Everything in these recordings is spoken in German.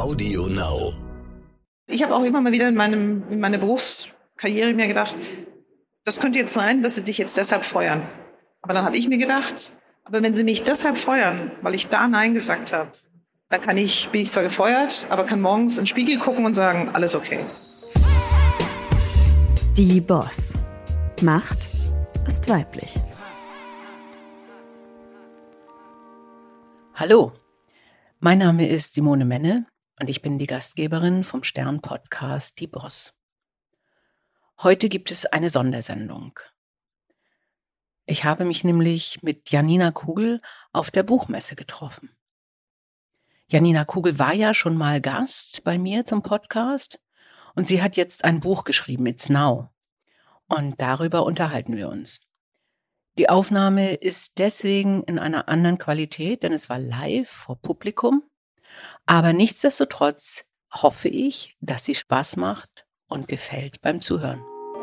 Audio Now. Ich habe auch immer mal wieder in meiner Berufskarriere mir gedacht, das könnte jetzt sein, dass sie dich jetzt deshalb feuern. Aber dann habe ich mir gedacht, aber wenn sie mich deshalb feuern, weil ich da Nein gesagt habe, dann bin ich zwar gefeuert, aber kann morgens in den Spiegel gucken und sagen, alles okay. Die Boss. Macht ist weiblich. Hallo, mein Name ist Simone Menne und ich bin die Gastgeberin vom Stern-Podcast Die Boss. Heute gibt es eine Sondersendung. Ich habe mich nämlich mit Janina Kugel auf der Buchmesse getroffen. Janina Kugel war ja schon mal Gast bei mir zum Podcast und sie hat jetzt ein Buch geschrieben, It's Now. Und darüber unterhalten wir uns. Die Aufnahme ist deswegen in einer anderen Qualität, denn es war live vor Publikum. Aber nichtsdestotrotz hoffe ich, dass sie Spaß macht und gefällt beim Zuhören.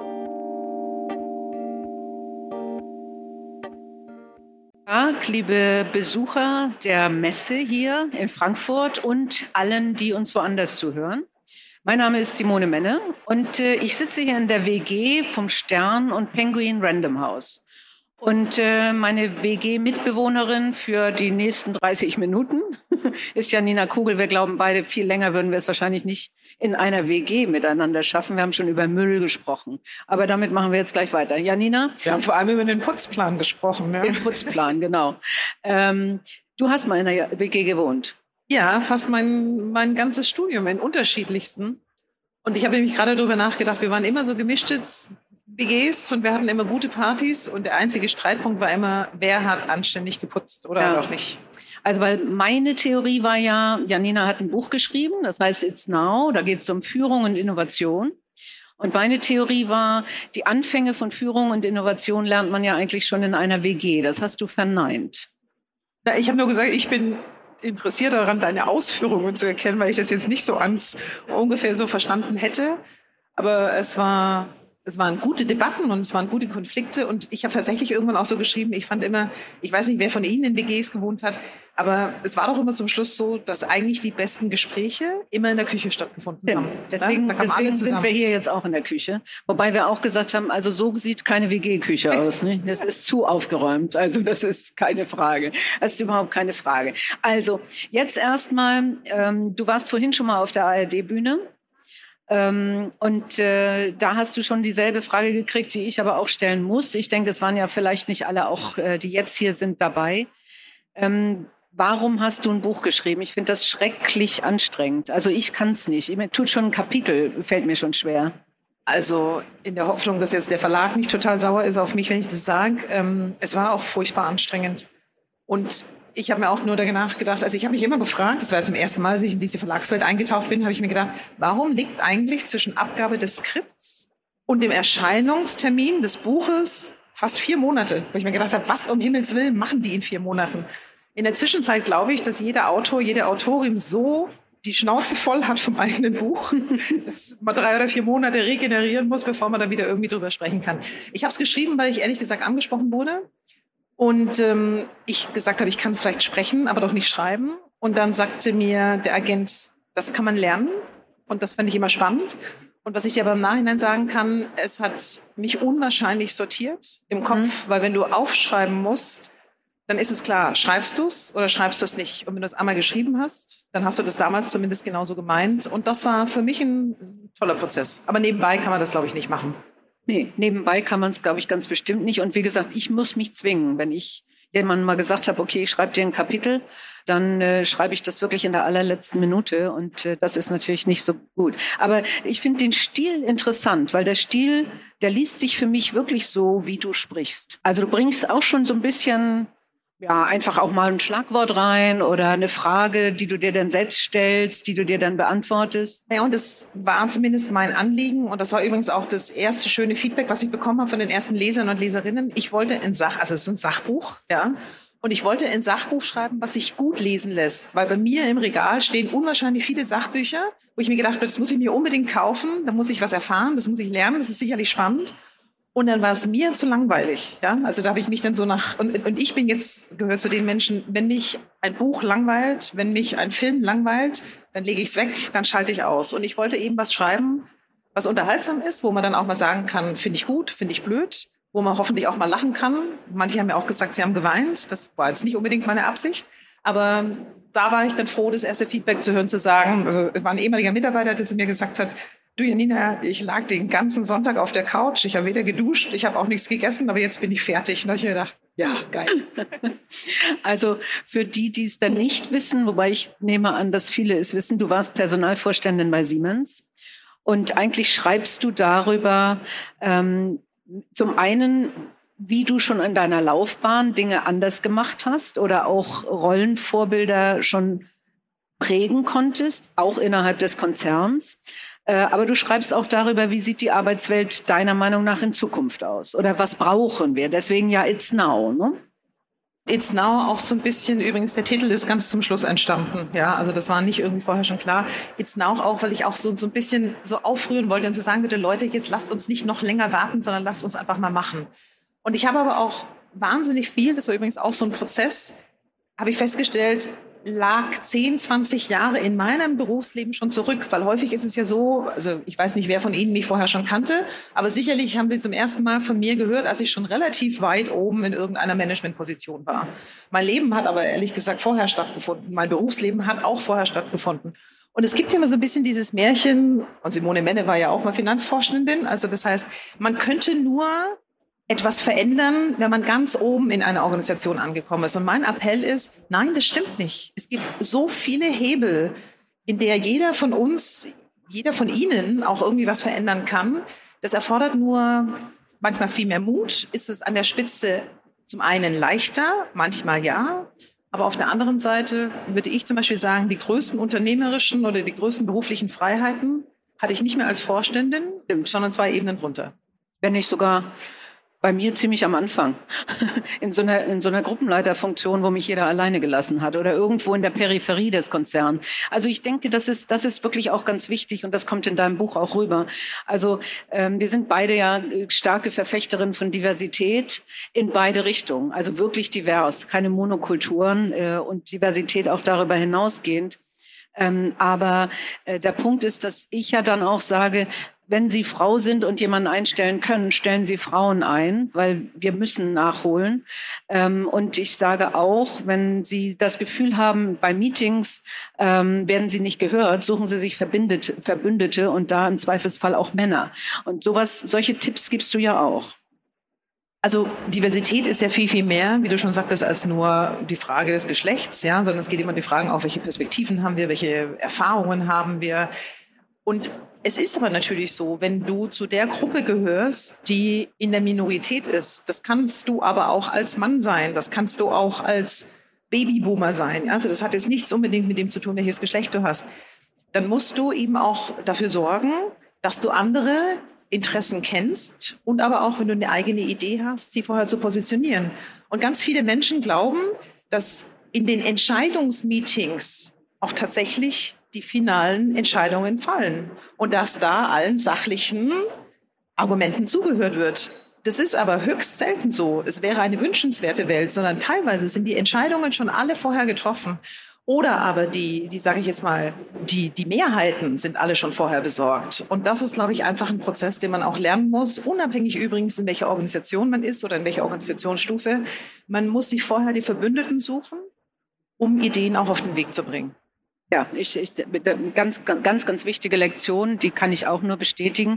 Tag, liebe Besucher der Messe hier in Frankfurt und allen, die uns woanders zuhören. Mein Name ist Simone Menne und ich sitze hier in der WG vom Stern und Penguin Random House. Und meine WG-Mitbewohnerin für die nächsten 30 Minuten ist Janina Kugel. Wir glauben beide, viel länger würden wir es wahrscheinlich nicht in einer WG miteinander schaffen. Wir haben schon über Müll gesprochen. Aber damit machen wir jetzt gleich weiter. Janina? Wir haben vor allem über den Putzplan gesprochen. Ja. Den Putzplan, genau. Du hast mal in einer WG gewohnt. Ja, fast mein ganzes Studium in unterschiedlichsten. Und ich habe nämlich gerade darüber nachgedacht, wir waren immer so gemischte WGs und wir hatten immer gute Partys und der einzige Streitpunkt war immer, wer hat anständig geputzt oder auch nicht. Also weil meine Theorie war ja, Janina hat ein Buch geschrieben, das heißt It's Now, da geht es um Führung und Innovation. Und meine Theorie war, die Anfänge von Führung und Innovation lernt man ja eigentlich schon in einer WG. Das hast du verneint. Ja, ich habe nur gesagt, ich bin interessiert daran, deine Ausführungen zu erkennen, weil ich das jetzt nicht so ungefähr so verstanden hätte. Aber es waren gute Debatten und es waren gute Konflikte und ich habe tatsächlich irgendwann auch so geschrieben, ich fand immer, ich weiß nicht, wer von Ihnen in WGs gewohnt hat, aber es war doch immer zum Schluss so, dass eigentlich die besten Gespräche immer in der Küche stattgefunden haben. Deswegen sind wir hier jetzt auch in der Küche, wobei wir auch gesagt haben, also so sieht keine WG-Küche aus. Ne? Das ist zu aufgeräumt, also das ist keine Frage. Das ist überhaupt keine Frage. Also jetzt erstmal, du warst vorhin schon mal auf der ARD-Bühne. Und da hast du schon dieselbe Frage gekriegt, die ich aber auch stellen muss. Ich denke, es waren ja vielleicht nicht alle auch, die jetzt hier sind, dabei. Warum hast du ein Buch geschrieben? Ich finde das schrecklich anstrengend. Also ich kann es nicht. Mir tut schon ein Kapitel, fällt mir schon schwer. Also in der Hoffnung, dass jetzt der Verlag nicht total sauer ist auf mich, wenn ich das sage. Es war auch furchtbar anstrengend. Und ich habe mir auch nur danach gedacht, also ich habe mich immer gefragt, das war ja zum ersten Mal, als ich in diese Verlagswelt eingetaucht bin, habe ich mir gedacht, warum liegt eigentlich zwischen Abgabe des Skripts und dem Erscheinungstermin des Buches fast 4 Monate? Wo ich mir gedacht habe, was um Himmels Willen machen die in 4 Monaten? In der Zwischenzeit glaube ich, dass jeder Autor, jede Autorin so die Schnauze voll hat vom eigenen Buch, dass man 3 oder 4 Monate regenerieren muss, bevor man da wieder irgendwie drüber sprechen kann. Ich habe es geschrieben, weil ich ehrlich gesagt angesprochen wurde. Und ich gesagt habe, ich kann vielleicht sprechen, aber doch nicht schreiben. Und dann sagte mir der Agent, das kann man lernen. Und das fand ich immer spannend. Und was ich dir aber im Nachhinein sagen kann, es hat mich unwahrscheinlich sortiert im Kopf. Weil wenn du aufschreiben musst, dann ist es klar, schreibst du es oder schreibst du es nicht. Und wenn du es einmal geschrieben hast, dann hast du das damals zumindest genauso gemeint. Und das war für mich ein toller Prozess. Aber nebenbei kann man das, glaube ich, nicht machen. Nee, nebenbei kann man es, glaube ich, ganz bestimmt nicht. Und wie gesagt, ich muss mich zwingen. Wenn ich jemandem mal gesagt habe, okay, ich schreibe dir ein Kapitel, dann schreibe ich das wirklich in der allerletzten Minute. Und das ist natürlich nicht so gut. Aber ich finde den Stil interessant, weil der Stil, der liest sich für mich wirklich so, wie du sprichst. Also du bringst auch schon so ein bisschen, ja, einfach auch mal ein Schlagwort rein oder eine Frage, die du dir dann selbst stellst, die du dir dann beantwortest. Ja, und das war zumindest mein Anliegen. Und das war übrigens auch das erste schöne Feedback, was ich bekommen habe von den ersten Lesern und Leserinnen. Ich wollte also es ist ein Sachbuch, ja. Und ich wollte ein Sachbuch schreiben, was sich gut lesen lässt. Weil bei mir im Regal stehen unwahrscheinlich viele Sachbücher, wo ich mir gedacht habe, das muss ich mir unbedingt kaufen. Da muss ich was erfahren, das muss ich lernen, das ist sicherlich spannend. Und dann war es mir zu langweilig. Ja? Also da habe ich mich dann so und ich gehöre zu den Menschen, wenn mich ein Buch langweilt, wenn mich ein Film langweilt, dann lege ich es weg, dann schalte ich aus. Und ich wollte eben was schreiben, was unterhaltsam ist, wo man dann auch mal sagen kann, finde ich gut, finde ich blöd, wo man hoffentlich auch mal lachen kann. Manche haben mir auch gesagt, sie haben geweint. Das war jetzt nicht unbedingt meine Absicht. Aber da war ich dann froh, das erste Feedback zu hören, zu sagen, also es war ein ehemaliger Mitarbeiter, der zu mir gesagt hat, du Janina, ich lag den ganzen Sonntag auf der Couch, ich habe weder geduscht, ich habe auch nichts gegessen, aber jetzt bin ich fertig. Und da habe ich mir gedacht, ja, geil. Also für die es dann nicht wissen, wobei ich nehme an, dass viele es wissen, du warst Personalvorständin bei Siemens und eigentlich schreibst du darüber, zum einen, wie du schon in deiner Laufbahn Dinge anders gemacht hast oder auch Rollenvorbilder schon prägen konntest, auch innerhalb des Konzerns. Aber du schreibst auch darüber, wie sieht die Arbeitswelt deiner Meinung nach in Zukunft aus? Oder was brauchen wir? Deswegen ja It's Now, ne? It's Now auch so ein bisschen, übrigens der Titel ist ganz zum Schluss entstanden. Ja, also das war nicht irgendwie vorher schon klar. It's Now auch, weil ich auch so ein bisschen so aufrühren wollte und zu sagen, bitte Leute, jetzt lasst uns nicht noch länger warten, sondern lasst uns einfach mal machen. Und ich habe aber auch wahnsinnig viel, das war übrigens auch so ein Prozess, habe ich festgestellt, lag 10, 20 Jahre in meinem Berufsleben schon zurück, weil häufig ist es ja so, also ich weiß nicht, wer von Ihnen mich vorher schon kannte, aber sicherlich haben Sie zum ersten Mal von mir gehört, als ich schon relativ weit oben in irgendeiner Managementposition war. Mein Leben hat aber ehrlich gesagt vorher stattgefunden. Mein Berufsleben hat auch vorher stattgefunden. Und es gibt ja immer so ein bisschen dieses Märchen, und Simone Menne war ja auch mal Finanzvorständin, also das heißt, man könnte nur etwas verändern, wenn man ganz oben in einer Organisation angekommen ist. Und mein Appell ist, nein, das stimmt nicht. Es gibt so viele Hebel, in der jeder von uns, jeder von Ihnen auch irgendwie was verändern kann. Das erfordert nur manchmal viel mehr Mut. Ist es an der Spitze zum einen leichter, manchmal ja. Aber auf der anderen Seite würde ich zum Beispiel sagen, die größten unternehmerischen oder die größten beruflichen Freiheiten hatte ich nicht mehr als Vorständin, sondern 2 Ebenen runter. Wenn nicht sogar bei mir ziemlich am Anfang, in so einer Gruppenleiterfunktion, wo mich jeder alleine gelassen hat oder irgendwo in der Peripherie des Konzerns. Also ich denke, das ist wirklich auch ganz wichtig und das kommt in deinem Buch auch rüber. Also wir sind beide ja starke Verfechterinnen von Diversität in beide Richtungen, also wirklich divers, keine Monokulturen und Diversität auch darüber hinausgehend. Aber der Punkt ist, dass ich ja dann auch sage, wenn Sie Frau sind und jemanden einstellen können, stellen Sie Frauen ein, weil wir müssen nachholen. Und ich sage auch, wenn Sie das Gefühl haben, bei Meetings werden Sie nicht gehört, suchen Sie sich Verbündete und da im Zweifelsfall auch Männer. Und solche Tipps gibst du ja auch. Also Diversität ist ja viel, viel mehr, wie du schon sagtest, als nur die Frage des Geschlechts, ja, sondern es geht immer um die Fragen auch, welche Perspektiven haben wir, welche Erfahrungen haben wir. Und es ist aber natürlich so, wenn du zu der Gruppe gehörst, die in der Minorität ist, das kannst du aber auch als Mann sein, das kannst du auch als Babyboomer sein. Also das hat jetzt nichts unbedingt mit dem zu tun, welches Geschlecht du hast. Dann musst du eben auch dafür sorgen, dass du andere Interessen kennst und aber auch, wenn du eine eigene Idee hast, sie vorher zu positionieren. Und ganz viele Menschen glauben, dass in den Entscheidungsmeetings auch tatsächlich die finalen Entscheidungen fallen und dass da allen sachlichen Argumenten zugehört wird. Das ist aber höchst selten so. Es wäre eine wünschenswerte Welt, sondern teilweise sind die Entscheidungen schon alle vorher getroffen. Oder aber die sage ich jetzt mal, die Mehrheiten sind alle schon vorher besorgt. Und das ist, glaube ich, einfach ein Prozess, den man auch lernen muss, unabhängig übrigens, in welcher Organisation man ist oder in welcher Organisationsstufe. Man muss sich vorher die Verbündeten suchen, um Ideen auch auf den Weg zu bringen. Ja, ganz wichtige Lektion, die kann ich auch nur bestätigen.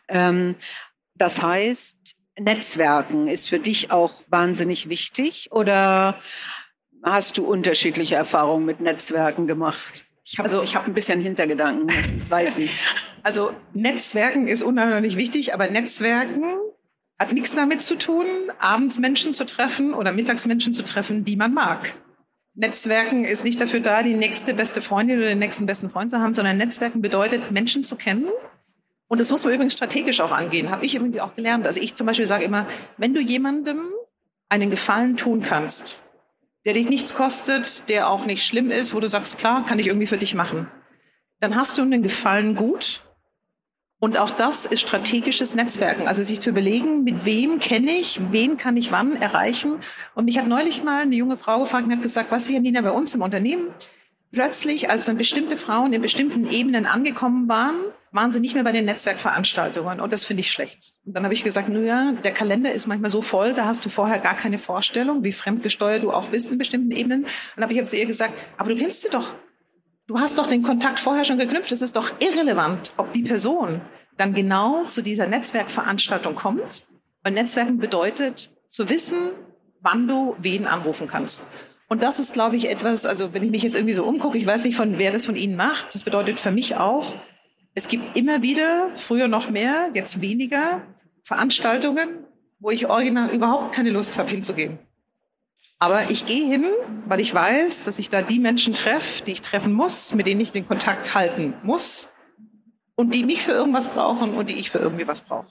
Das heißt, Netzwerken ist für dich auch wahnsinnig wichtig oder hast du unterschiedliche Erfahrungen mit Netzwerken gemacht? Ich habe ein bisschen Hintergedanken, das weiß ich. Also Netzwerken ist unheimlich wichtig, aber Netzwerken hat nichts damit zu tun, abends Menschen zu treffen oder mittags Menschen zu treffen, die man mag. Netzwerken ist nicht dafür da, die nächste beste Freundin oder den nächsten besten Freund zu haben, sondern Netzwerken bedeutet, Menschen zu kennen. Und das muss man übrigens strategisch auch angehen, habe ich übrigens auch gelernt. Also ich zum Beispiel sage immer, wenn du jemandem einen Gefallen tun kannst, der dich nichts kostet, der auch nicht schlimm ist, wo du sagst, klar, kann ich irgendwie für dich machen, dann hast du einen Gefallen gut Und auch das ist strategisches Netzwerken. Also sich zu überlegen, mit wem kenne ich, wen kann ich wann erreichen. Und mich hat neulich mal eine junge Frau gefragt und hat gesagt, was hier, Nina, bei uns im Unternehmen, plötzlich, als dann bestimmte Frauen in bestimmten Ebenen angekommen waren sie nicht mehr bei den Netzwerkveranstaltungen. Und das finde ich schlecht. Und dann habe ich gesagt, naja, der Kalender ist manchmal so voll, da hast du vorher gar keine Vorstellung, wie fremdgesteuert du auch bist in bestimmten Ebenen. Und dann habe ich zu ihr gesagt, aber du kennst sie doch. Du hast doch den Kontakt vorher schon geknüpft. Es ist doch irrelevant, ob die Person dann genau zu dieser Netzwerkveranstaltung kommt. Weil Netzwerken bedeutet, zu wissen, wann du wen anrufen kannst. Und das ist, glaube ich, etwas, also wenn ich mich jetzt irgendwie so umgucke, ich weiß nicht, wer das von Ihnen macht, das bedeutet für mich auch, es gibt immer wieder, früher noch mehr, jetzt weniger, Veranstaltungen, wo ich original überhaupt keine Lust habe, hinzugehen. Aber ich gehe hin, weil ich weiß, dass ich da die Menschen treffe, die ich treffen muss, mit denen ich den Kontakt halten muss und die mich für irgendwas brauchen und die ich für irgendwie was brauche.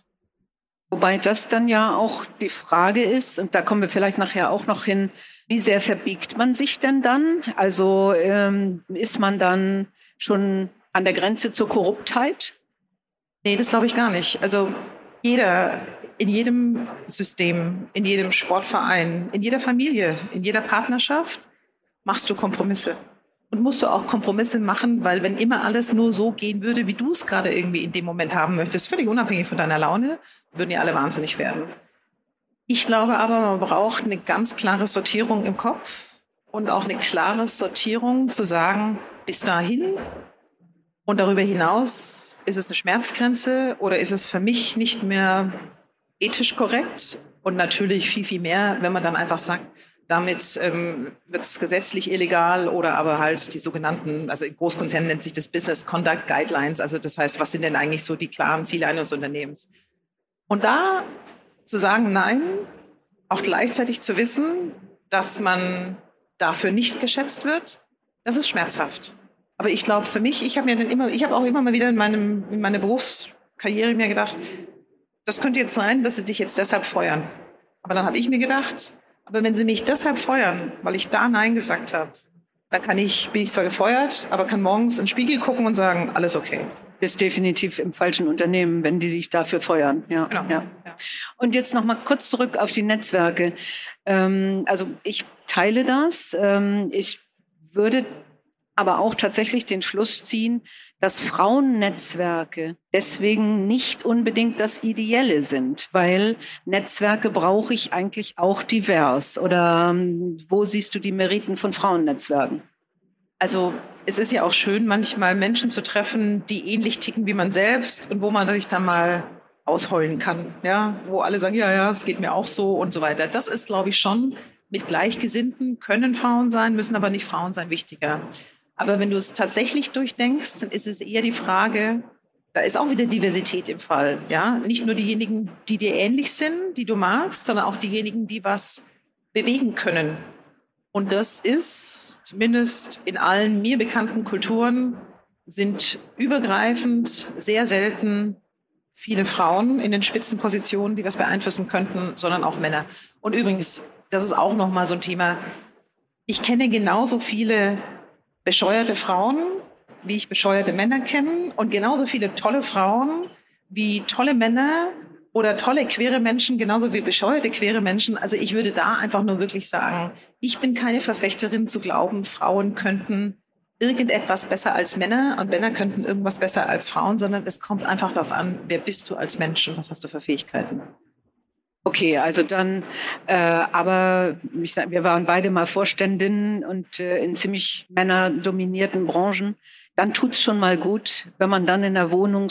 Wobei das dann ja auch die Frage ist, und da kommen wir vielleicht nachher auch noch hin, wie sehr verbiegt man sich denn dann? Also ist man dann schon an der Grenze zur Korruptheit? Nee, das glaube ich gar nicht. Also jeder, in jedem System, in jedem Sportverein, in jeder Familie, in jeder Partnerschaft machst du Kompromisse. Und musst du auch Kompromisse machen, weil wenn immer alles nur so gehen würde, wie du es gerade irgendwie in dem Moment haben möchtest, völlig unabhängig von deiner Laune, würden ja alle wahnsinnig werden. Ich glaube aber, man braucht eine ganz klare Sortierung im Kopf und auch eine klare Sortierung zu sagen, bis dahin und darüber hinaus ist es eine Schmerzgrenze oder ist es für mich nicht mehr ethisch korrekt und natürlich viel, viel mehr, wenn man dann einfach sagt, damit wird es gesetzlich illegal oder aber halt die sogenannten, also in Großkonzernen nennt sich das Business Conduct Guidelines, also das heißt, was sind denn eigentlich so die klaren Ziele eines Unternehmens? Und da zu sagen, nein, auch gleichzeitig zu wissen, dass man dafür nicht geschätzt wird, das ist schmerzhaft. Aber ich glaube für mich, ich habe auch immer mal wieder in meiner Berufskarriere mir gedacht, das könnte jetzt sein, dass sie dich jetzt deshalb feuern. Aber dann habe ich mir gedacht, aber wenn sie mich deshalb feuern, weil ich da Nein gesagt habe, dann bin ich zwar gefeuert, aber kann morgens in den Spiegel gucken und sagen, alles okay. Bist definitiv im falschen Unternehmen, wenn die dich dafür feuern. Ja, genau. Ja. Und jetzt noch mal kurz zurück auf die Netzwerke. Also ich teile das. Ich würde aber auch tatsächlich den Schluss ziehen, dass Frauennetzwerke deswegen nicht unbedingt das Ideelle sind, weil Netzwerke brauche ich eigentlich auch divers. Oder wo siehst du die Meriten von Frauennetzwerken? Also es ist ja auch schön, manchmal Menschen zu treffen, die ähnlich ticken wie man selbst und wo man sich dann mal ausheulen kann, ja, wo alle sagen, ja, es geht mir auch so und so weiter. Das ist, glaube ich, schon mit Gleichgesinnten, können Frauen sein, müssen aber nicht Frauen sein, wichtiger. Aber wenn du es tatsächlich durchdenkst, dann ist es eher die Frage, da ist auch wieder Diversität im Fall, ja, nicht nur diejenigen, die dir ähnlich sind, die du magst, sondern auch diejenigen, die was bewegen können. Und das ist, zumindest in allen mir bekannten Kulturen, sind übergreifend sehr selten viele Frauen in den Spitzenpositionen, die was beeinflussen könnten, sondern auch Männer. Und übrigens, das ist auch nochmal so ein Thema, ich kenne genauso viele bescheuerte Frauen, wie ich bescheuerte Männer kenne und genauso viele tolle Frauen wie tolle Männer oder tolle queere Menschen, genauso wie bescheuerte queere Menschen. Also ich würde da einfach nur wirklich sagen, ich bin keine Verfechterin zu glauben, Frauen könnten irgendetwas besser als Männer und Männer könnten irgendwas besser als Frauen, sondern es kommt einfach darauf an, wer bist du als Mensch und was hast du für Fähigkeiten. Okay, also dann, aber wir waren beide mal Vorständinnen und in ziemlich männerdominierten Branchen. Dann tut's schon mal gut, wenn man dann in der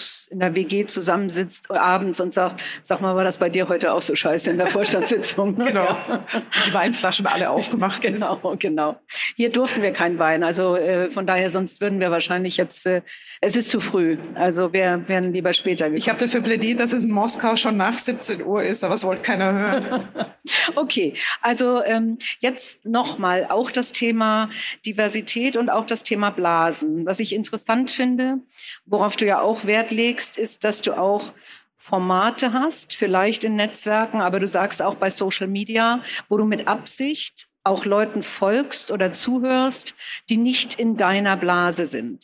WG zusammensitzt abends und sagt, sag mal, war das bei dir heute auch so scheiße in der Vorstandssitzung? Genau. Ja. Die Weinflaschen alle aufgemacht. Genau. Hier durften wir keinen Wein, also von daher, sonst würden wir wahrscheinlich jetzt, es ist zu früh, also wir wären lieber später gekommen. Ich habe dafür plädiert, dass es in Moskau schon nach 17 Uhr ist, aber es wollte keiner hören. Okay, also jetzt nochmal auch das Thema Diversität und auch das Thema Blasen. Was ich interessant finde, worauf du ja auch Wert legst, ist, dass du auch Formate hast, vielleicht in Netzwerken, aber du sagst auch bei Social Media, wo du mit Absicht auch Leuten folgst oder zuhörst, die nicht in deiner Blase sind.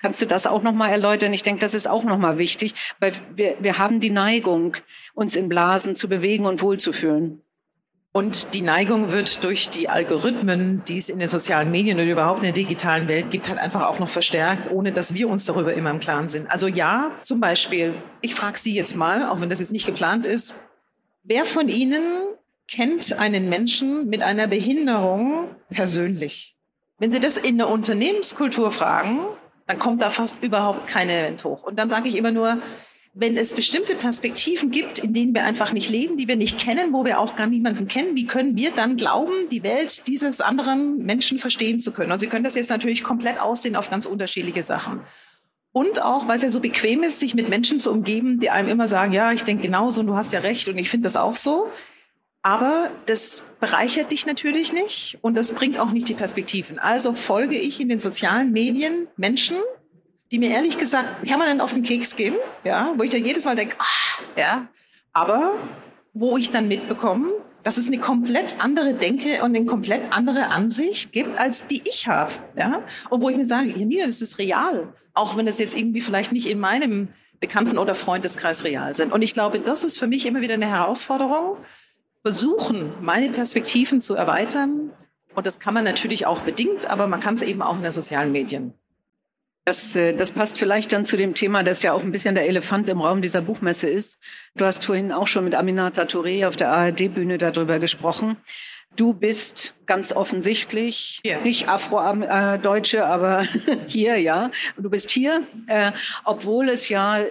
Kannst du das auch nochmal erläutern? Ich denke, das ist auch nochmal wichtig, weil wir haben die Neigung, uns in Blasen zu bewegen und wohlzufühlen. Und die Neigung wird durch die Algorithmen, die es in den sozialen Medien und überhaupt in der digitalen Welt gibt, halt einfach auch noch verstärkt, ohne dass wir uns darüber immer im Klaren sind. Also ja, zum Beispiel, ich frage Sie jetzt mal, auch wenn das jetzt nicht geplant ist, wer von Ihnen kennt einen Menschen mit einer Behinderung persönlich? Wenn Sie das in der Unternehmenskultur fragen, dann kommt da fast überhaupt kein Event hoch. Und dann sage ich immer nur, wenn es bestimmte Perspektiven gibt, in denen wir einfach nicht leben, die wir nicht kennen, wo wir auch gar niemanden kennen, wie können wir dann glauben, die Welt dieses anderen Menschen verstehen zu können? Und Sie können das jetzt natürlich komplett aussehen auf ganz unterschiedliche Sachen. Und auch, weil es ja so bequem ist, sich mit Menschen zu umgeben, die einem immer sagen, ja, ich denke genauso und du hast ja recht und ich finde das auch so. Aber das bereichert dich natürlich nicht und das bringt auch nicht die Perspektiven. Also folge ich in den sozialen Medien Menschen, die mir ehrlich gesagt permanent auf den Keks gehen, ja, wo ich dann jedes Mal denke, ja, aber wo ich dann mitbekomme, dass es eine komplett andere Denke und eine komplett andere Ansicht gibt, als die ich habe, ja, und wo ich mir sage, Janina, das ist real, auch wenn das jetzt irgendwie vielleicht nicht in meinem Bekannten- oder Freundeskreis real sind. Und ich glaube, das ist für mich immer wieder eine Herausforderung, versuchen, meine Perspektiven zu erweitern. Und das kann man natürlich auch bedingt, aber man kann es eben auch in den sozialen Medien. Das passt vielleicht dann zu dem Thema, das ja auch ein bisschen der Elefant im Raum dieser Buchmesse ist. Du hast vorhin auch schon mit Aminata Touré auf der ARD-Bühne darüber gesprochen. Du bist ganz offensichtlich nicht Afrodeutsche, aber hier, ja. Du bist hier, obwohl es ja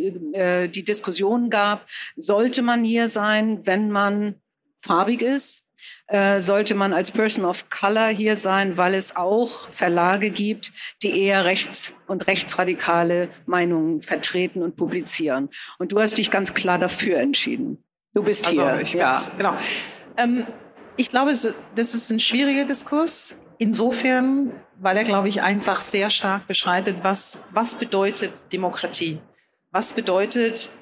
die Diskussion gab, sollte man hier sein, wenn man farbig ist? Sollte man als Person of Color hier sein, weil es auch Verlage gibt, die eher rechts- und rechtsradikale Meinungen vertreten und publizieren. Und du hast dich ganz klar dafür entschieden. Du bist hier. Genau. Ich glaube, das ist ein schwieriger Diskurs. Insofern, weil er, glaube ich, einfach sehr stark beschreitet, was bedeutet Demokratie? Was bedeutet,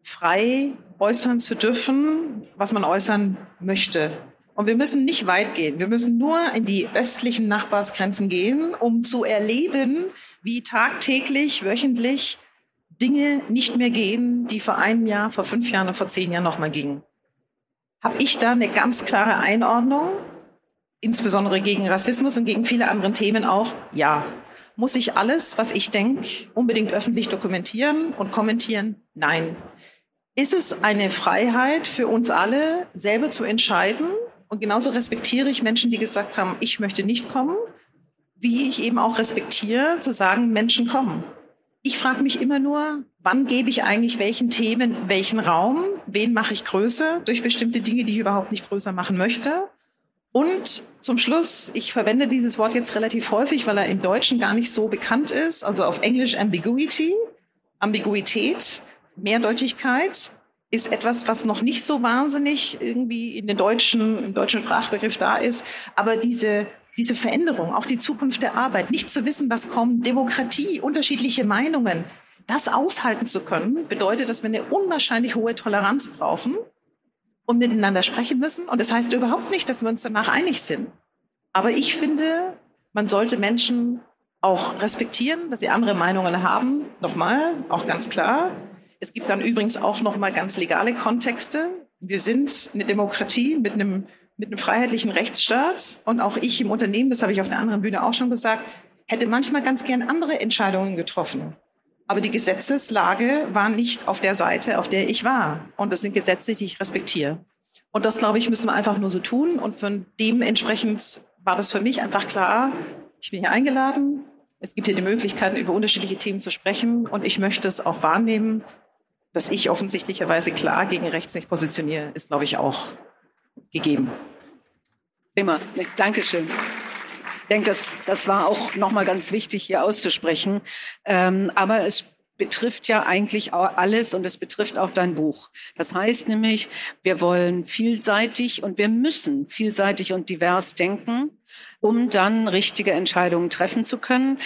frei äußern zu dürfen, was man äußern möchte? Und wir müssen nicht weit gehen. Wir müssen nur in die östlichen Nachbarsgrenzen gehen, um zu erleben, wie tagtäglich, wöchentlich Dinge nicht mehr gehen, die vor einem Jahr, vor 5 Jahren und vor 10 Jahren noch mal gingen. Habe ich da eine ganz klare Einordnung, insbesondere gegen Rassismus und gegen viele andere Themen auch? Ja. Muss ich alles, was ich denke, unbedingt öffentlich dokumentieren und kommentieren? Nein. Ist es eine Freiheit für uns alle, selber zu entscheiden? Und genauso respektiere ich Menschen, die gesagt haben, ich möchte nicht kommen, wie ich eben auch respektiere, zu sagen, Menschen kommen. Ich frage mich immer nur, wann gebe ich eigentlich welchen Themen welchen Raum? Wen mache ich größer durch bestimmte Dinge, die ich überhaupt nicht größer machen möchte? Und zum Schluss, ich verwende dieses Wort jetzt relativ häufig, weil er im Deutschen gar nicht so bekannt ist, also auf Englisch Ambiguity, Ambiguität, Mehrdeutigkeit, ist etwas, was noch nicht so wahnsinnig irgendwie im deutschen Sprachbegriff da ist. Aber diese Veränderung, auch die Zukunft der Arbeit, nicht zu wissen, was kommt, Demokratie, unterschiedliche Meinungen, das aushalten zu können, bedeutet, dass wir eine unwahrscheinlich hohe Toleranz brauchen und miteinander sprechen müssen. Und das heißt überhaupt nicht, dass wir uns danach einig sind. Aber ich finde, man sollte Menschen auch respektieren, dass sie andere Meinungen haben. Nochmal, auch ganz klar. Es gibt dann übrigens auch nochmal ganz legale Kontexte. Wir sind eine Demokratie mit einem freiheitlichen Rechtsstaat. Und auch ich im Unternehmen, das habe ich auf der anderen Bühne auch schon gesagt, hätte manchmal ganz gern andere Entscheidungen getroffen. Aber die Gesetzeslage war nicht auf der Seite, auf der ich war. Und das sind Gesetze, die ich respektiere. Und das, glaube ich, müssen wir einfach nur so tun. Und von dementsprechend war das für mich einfach klar, ich bin hier eingeladen. Es gibt hier die Möglichkeiten, über unterschiedliche Themen zu sprechen. Und ich möchte es auch wahrnehmen, dass ich offensichtlicherweise klar gegen rechts mich positioniere, ist, glaube ich, auch gegeben. Prima, Dankeschön. Ich denke, das war auch nochmal ganz wichtig hier auszusprechen. Aber es betrifft ja eigentlich auch alles und es betrifft auch dein Buch. Das heißt nämlich, wir wollen vielseitig und wir müssen vielseitig und divers denken, um dann richtige Entscheidungen treffen zu können.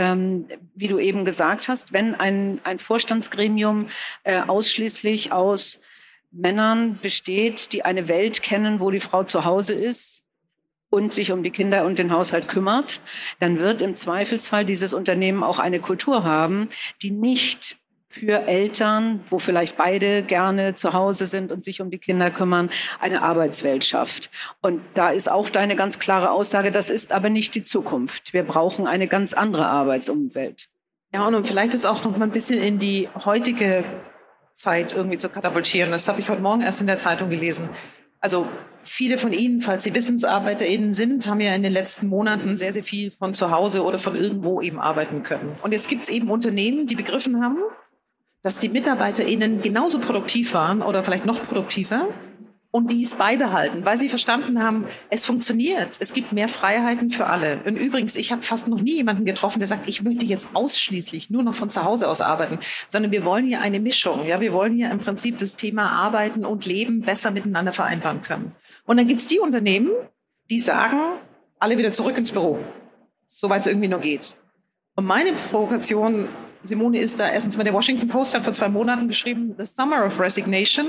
Wie du eben gesagt hast, wenn ein Vorstandsgremium ausschließlich aus Männern besteht, die eine Welt kennen, wo die Frau zu Hause ist und sich um die Kinder und den Haushalt kümmert, dann wird im Zweifelsfall dieses Unternehmen auch eine Kultur haben, die nicht für Eltern, wo vielleicht beide gerne zu Hause sind und sich um die Kinder kümmern, eine Arbeitswelt schafft. Und da ist auch deine ganz klare Aussage, das ist aber nicht die Zukunft. Wir brauchen eine ganz andere Arbeitsumwelt. Ja, und um vielleicht ist auch noch mal ein bisschen in die heutige Zeit irgendwie zu katapultieren. Das habe ich heute Morgen erst in der Zeitung gelesen. Also viele von Ihnen, falls Sie WissensarbeiterInnen sind, haben ja in den letzten Monaten sehr, sehr viel von zu Hause oder von irgendwo eben arbeiten können. Und jetzt gibt es eben Unternehmen, die begriffen haben, dass die MitarbeiterInnen genauso produktiv waren oder vielleicht noch produktiver und die es beibehalten, weil sie verstanden haben, es funktioniert, es gibt mehr Freiheiten für alle. Und übrigens, ich habe fast noch nie jemanden getroffen, der sagt, ich möchte jetzt ausschließlich nur noch von zu Hause aus arbeiten, sondern wir wollen hier eine Mischung. Ja, wir wollen hier im Prinzip das Thema Arbeiten und Leben besser miteinander vereinbaren können. Und dann gibt es die Unternehmen, die sagen, alle wieder zurück ins Büro, soweit es irgendwie nur geht. Und meine Provokation, Simone, ist da erstens mal, der Washington Post hat vor 2 Monaten geschrieben, The Summer of Resignation.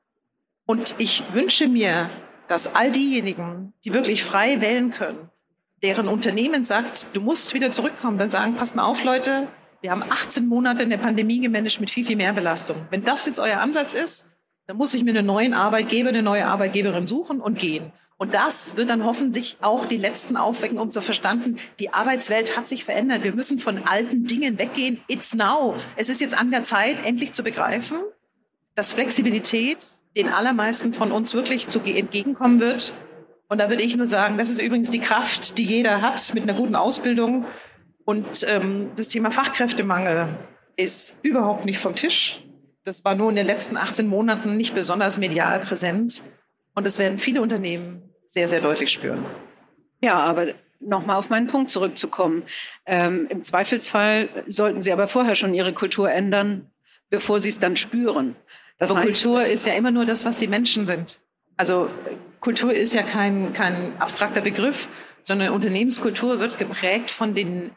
Und ich wünsche mir, dass all diejenigen, die wirklich frei wählen können, deren Unternehmen sagt, du musst wieder zurückkommen, dann sagen, passt mal auf, Leute, wir haben 18 Monate in der Pandemie gemanagt mit viel, viel mehr Belastung. Wenn das jetzt euer Ansatz ist, dann muss ich mir einen neuen Arbeitgeber, eine neue Arbeitgeberin suchen und gehen. Und das wird dann hoffentlich auch die Letzten aufwecken, um zu verstanden, die Arbeitswelt hat sich verändert. Wir müssen von alten Dingen weggehen. It's now. Es ist jetzt an der Zeit, endlich zu begreifen, dass Flexibilität den allermeisten von uns wirklich entgegenkommen wird. Und da würde ich nur sagen, das ist übrigens die Kraft, die jeder hat mit einer guten Ausbildung. Und das Thema Fachkräftemangel ist überhaupt nicht vom Tisch. Das war nur in den letzten 18 Monaten nicht besonders medial präsent. Und das werden viele Unternehmen sehr, sehr deutlich spüren. Ja, aber nochmal auf meinen Punkt zurückzukommen. Im Zweifelsfall sollten Sie aber vorher schon Ihre Kultur ändern, bevor Sie es dann spüren. Das heißt, Kultur ist ja immer nur das, was die Menschen sind. Also Kultur ist ja kein abstrakter Begriff, sondern Unternehmenskultur wird geprägt von den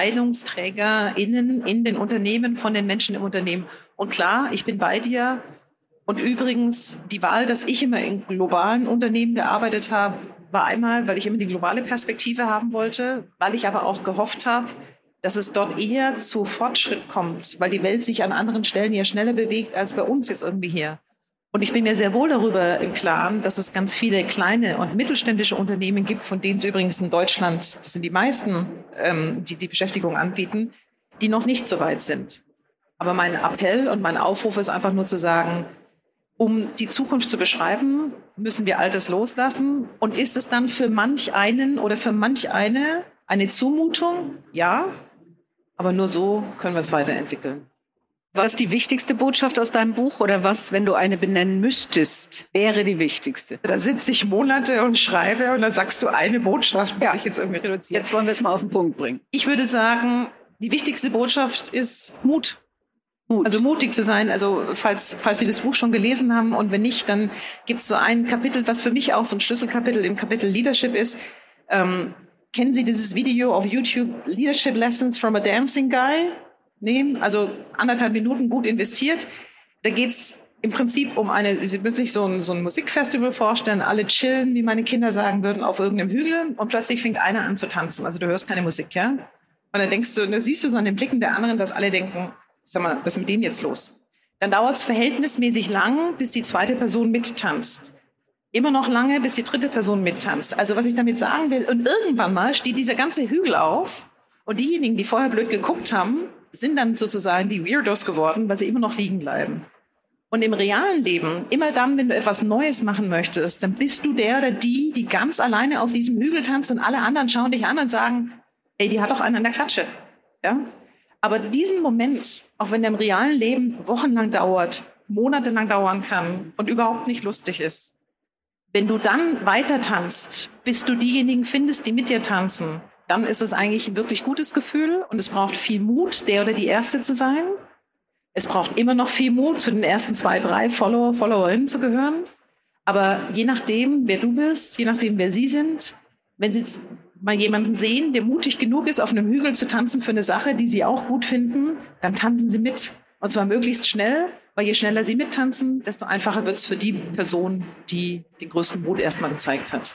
EntscheidungsträgerInnen in den Unternehmen, von den Menschen im Unternehmen. Und klar, ich bin bei dir. Und übrigens, die Wahl, dass ich immer in globalen Unternehmen gearbeitet habe, war einmal, weil ich immer die globale Perspektive haben wollte, weil ich aber auch gehofft habe, dass es dort eher zu Fortschritt kommt, weil die Welt sich an anderen Stellen ja schneller bewegt als bei uns jetzt irgendwie hier. Und ich bin mir sehr wohl darüber im Klaren, dass es ganz viele kleine und mittelständische Unternehmen gibt, von denen es übrigens in Deutschland, das sind die meisten, die die Beschäftigung anbieten, die noch nicht so weit sind. Aber mein Appell und mein Aufruf ist einfach nur zu sagen, um die Zukunft zu beschreiben, müssen wir Altes loslassen. Und ist es dann für manch einen oder für manch eine Zumutung? Ja, aber nur so können wir es weiterentwickeln. Was ist die wichtigste Botschaft aus deinem Buch oder was, wenn du eine benennen müsstest, wäre die wichtigste? Da sitze ich Monate und schreibe und dann sagst du eine Botschaft, muss ich jetzt irgendwie reduzieren. Jetzt wollen wir es mal auf den Punkt bringen. Ich würde sagen, die wichtigste Botschaft ist Mut. Also mutig zu sein. Also falls Sie das Buch schon gelesen haben und wenn nicht, dann gibt es so ein Kapitel, was für mich auch so ein Schlüsselkapitel im Kapitel Leadership ist. Kennen Sie dieses Video auf YouTube, Leadership Lessons from a Dancing Guy? Nee, also 1,5 Minuten gut investiert. Da geht es im Prinzip Sie müssen sich so ein Musikfestival vorstellen, alle chillen, wie meine Kinder sagen würden, auf irgendeinem Hügel und plötzlich fängt einer an zu tanzen. Also du hörst keine Musik, ja? Und dann siehst du so an den Blicken der anderen, dass alle denken, sag mal, was ist mit dem jetzt los? Dann dauert es verhältnismäßig lang, bis die zweite Person mittanzt. Immer noch lange, bis die dritte Person mittanzt. Also was ich damit sagen will, und irgendwann mal steht dieser ganze Hügel auf und diejenigen, die vorher blöd geguckt haben, sind dann sozusagen die Weirdos geworden, weil sie immer noch liegen bleiben. Und im realen Leben, immer dann, wenn du etwas Neues machen möchtest, dann bist du der oder die ganz alleine auf diesem Hügel tanzt und alle anderen schauen dich an und sagen, ey, die hat doch einen an der Klatsche. Ja? Aber diesen Moment, auch wenn der im realen Leben wochenlang dauert, monatelang dauern kann und überhaupt nicht lustig ist, wenn du dann weiter tanzt, bis du diejenigen findest, die mit dir tanzen, dann ist es eigentlich ein wirklich gutes Gefühl und es braucht viel Mut, der oder die Erste zu sein. Es braucht immer noch viel Mut, zu den ersten 2, 3 Followerinnen zu gehören. Aber je nachdem, wer du bist, je nachdem, wer sie sind, wenn sie mal jemanden sehen, der mutig genug ist, auf einem Hügel zu tanzen für eine Sache, die sie auch gut finden, dann tanzen sie mit. Und zwar möglichst schnell, weil je schneller sie mittanzen, desto einfacher wird es für die Person, die den größten Mut erstmal gezeigt hat.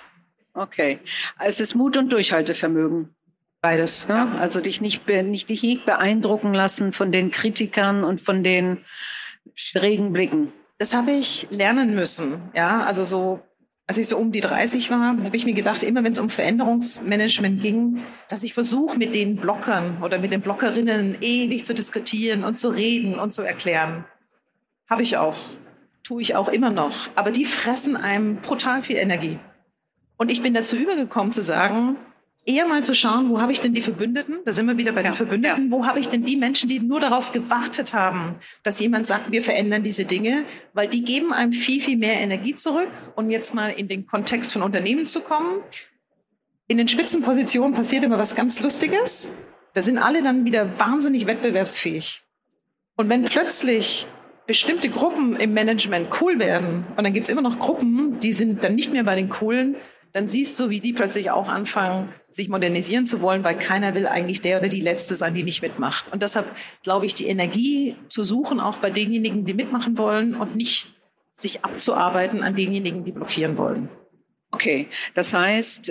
Okay. Also es ist Mut und Durchhaltevermögen. Beides. Ja? Also dich nicht beeindrucken lassen von den Kritikern und von den schrägen Blicken. Das habe ich lernen müssen. Ja, also so, als ich so um die 30 war, habe ich mir gedacht, immer wenn es um Veränderungsmanagement ging, dass ich versuche, mit den Blockern oder mit den Blockerinnen ewig zu diskutieren und zu reden und zu erklären. Habe ich auch. Tue ich auch immer noch. Aber die fressen einem brutal viel Energie. Und ich bin dazu übergekommen zu sagen, eher mal zu schauen, wo habe ich denn die Verbündeten? Da sind wir wieder bei den Verbündeten. Ja. Wo habe ich denn die Menschen, die nur darauf gewartet haben, dass jemand sagt, wir verändern diese Dinge? Weil die geben einem viel, viel mehr Energie zurück. Und jetzt mal in den Kontext von Unternehmen zu kommen. In den Spitzenpositionen passiert immer was ganz Lustiges. Da sind alle dann wieder wahnsinnig wettbewerbsfähig. Und wenn plötzlich bestimmte Gruppen im Management cool werden und dann gibt es immer noch Gruppen, die sind dann nicht mehr bei den Coolen, dann siehst du, wie die plötzlich auch anfangen, sich modernisieren zu wollen, weil keiner will eigentlich der oder die Letzte sein, die nicht mitmacht. Und deshalb glaube ich, die Energie zu suchen, auch bei denjenigen, die mitmachen wollen und nicht sich abzuarbeiten an denjenigen, die blockieren wollen. Okay, das heißt,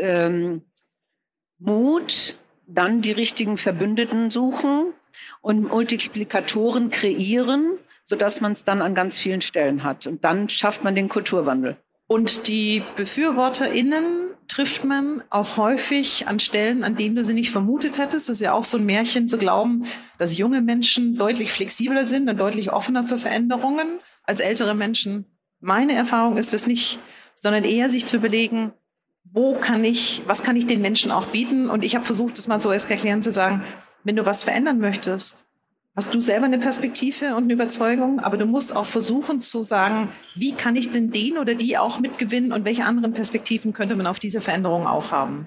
Mut, dann die richtigen Verbündeten suchen und Multiplikatoren kreieren, sodass man es dann an ganz vielen Stellen hat. Und dann schafft man den Kulturwandel. Und die BefürworterInnen trifft man auch häufig an Stellen, an denen du sie nicht vermutet hättest. Das ist ja auch so ein Märchen zu glauben, dass junge Menschen deutlich flexibler sind und deutlich offener für Veränderungen als ältere Menschen. Meine Erfahrung ist das nicht, sondern eher sich zu überlegen, was kann ich den Menschen auch bieten? Und ich habe versucht, das mal so erst erklären zu sagen, wenn du was verändern möchtest, hast du selber eine Perspektive und eine Überzeugung, aber du musst auch versuchen zu sagen, wie kann ich denn den oder die auch mitgewinnen und welche anderen Perspektiven könnte man auf diese Veränderung auch haben?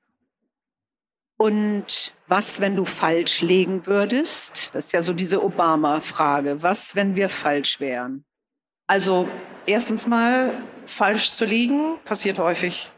Und was, wenn du falsch liegen würdest? Das ist ja so diese Obama-Frage. Was, wenn wir falsch wären? Also erstens mal, falsch zu liegen passiert häufig.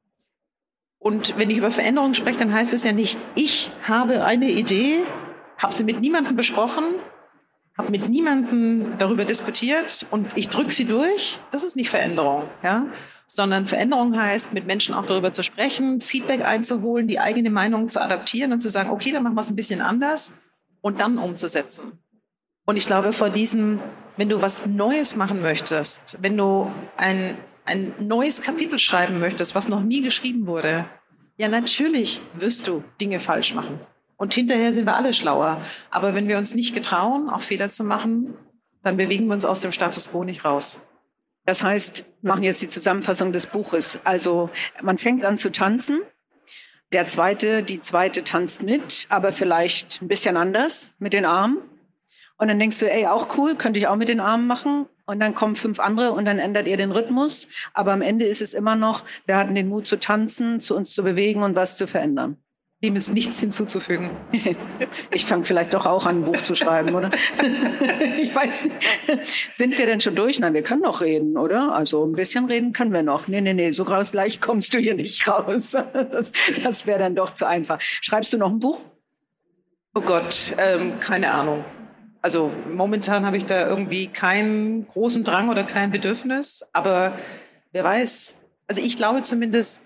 Und wenn ich über Veränderung spreche, dann heißt es ja nicht, ich habe eine Idee, habe sie mit niemandem besprochen, habe mit niemandem darüber diskutiert und ich drücke sie durch. Das ist nicht Veränderung, ja? Sondern Veränderung heißt, mit Menschen auch darüber zu sprechen, Feedback einzuholen, die eigene Meinung zu adaptieren und zu sagen, okay, dann machen wir es ein bisschen anders und dann umzusetzen. Und ich glaube, vor diesem, wenn du was Neues machen möchtest, wenn du ein neues Kapitel schreiben möchtest, was noch nie geschrieben wurde, ja, natürlich wirst du Dinge falsch machen. Und hinterher sind wir alle schlauer. Aber wenn wir uns nicht getrauen, auch Fehler zu machen, dann bewegen wir uns aus dem Status quo nicht raus. Das heißt, wir machen jetzt die Zusammenfassung des Buches. Also man fängt an zu tanzen. Die zweite tanzt mit, aber vielleicht ein bisschen anders mit den Armen. Und dann denkst du, ey, auch cool, könnte ich auch mit den Armen machen. Und dann kommen 5 andere und dann ändert ihr den Rhythmus. Aber am Ende ist es immer noch, wir hatten den Mut zu tanzen, zu uns zu bewegen und was zu verändern. Dem ist nichts hinzuzufügen. Ich fange vielleicht doch auch an, ein Buch zu schreiben, oder? Ich weiß nicht. Sind wir denn schon durch? Nein, wir können noch reden, oder? Also ein bisschen reden können wir noch. Nee, so raus gleich kommst du hier nicht raus. Das wäre dann doch zu einfach. Schreibst du noch ein Buch? Oh Gott, keine Ahnung. Also momentan habe ich da irgendwie keinen großen Drang oder kein Bedürfnis. Aber wer weiß. Also ich glaube zumindest,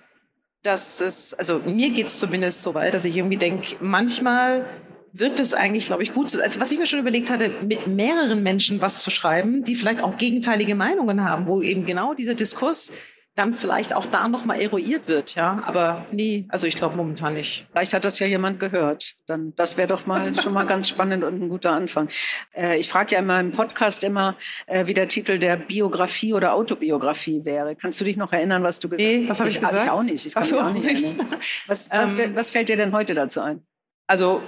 mir geht es zumindest so weit, dass ich irgendwie denke, manchmal wird es eigentlich, glaube ich, gut. Also was ich mir schon überlegt hatte, mit mehreren Menschen was zu schreiben, die vielleicht auch gegenteilige Meinungen haben, wo eben genau dieser Diskurs dann vielleicht auch da nochmal eruiert wird, ja. Aber nee, also ich glaube momentan nicht. Vielleicht hat das ja jemand gehört. Dann, das wäre doch mal schon mal ganz spannend und ein guter Anfang. Ich frage ja in meinem Podcast immer, wie der Titel der Biografie oder Autobiografie wäre. Kannst du dich noch erinnern, was du gesagt hast? Nee, was habe ich gesagt? Ich auch nicht. Ich kann mich auch nicht erinnern. Was fällt dir denn heute dazu ein? Also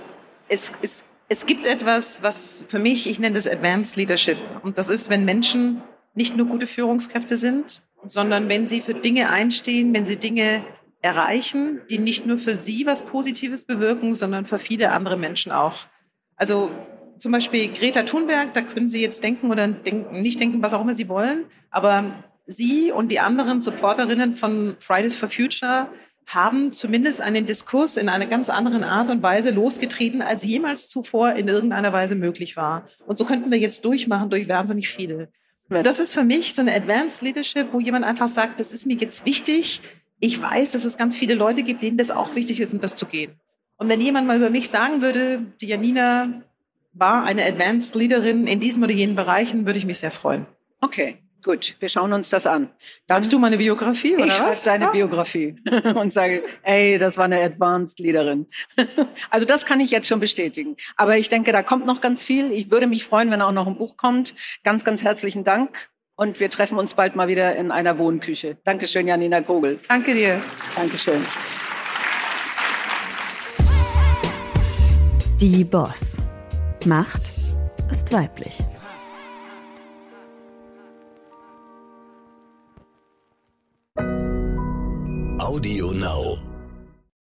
es gibt etwas, was für mich, ich nenne das Advanced Leadership. Und das ist, wenn Menschen nicht nur gute Führungskräfte sind, sondern wenn sie für Dinge einstehen, wenn sie Dinge erreichen, die nicht nur für sie was Positives bewirken, sondern für viele andere Menschen auch. Also zum Beispiel Greta Thunberg, da können Sie jetzt denken oder nicht denken, was auch immer Sie wollen, aber sie und die anderen Supporterinnen von Fridays for Future haben zumindest einen Diskurs in einer ganz anderen Art und Weise losgetreten, als jemals zuvor in irgendeiner Weise möglich war. Und so könnten wir jetzt durchmachen durch wahnsinnig viele. Das ist für mich so eine Advanced Leadership, wo jemand einfach sagt, das ist mir jetzt wichtig, ich weiß, dass es ganz viele Leute gibt, denen das auch wichtig ist, das zu gehen. Und wenn jemand mal über mich sagen würde, die Janina war eine Advanced Leaderin in diesem oder jenen Bereichen, würde ich mich sehr freuen. Okay, gut, wir schauen uns das an. Schreibst du meine Biografie, oder ich was? schreibe deine Biografie und sage, ey, das war eine Advanced Leaderin. Also das kann ich jetzt schon bestätigen. Aber ich denke, da kommt noch ganz viel. Ich würde mich freuen, wenn auch noch ein Buch kommt. Ganz, ganz herzlichen Dank. Und wir treffen uns bald mal wieder in einer Wohnküche. Dankeschön, Janina Kogel. Danke dir. Dankeschön. Die Boss. Macht ist weiblich. Audio Now.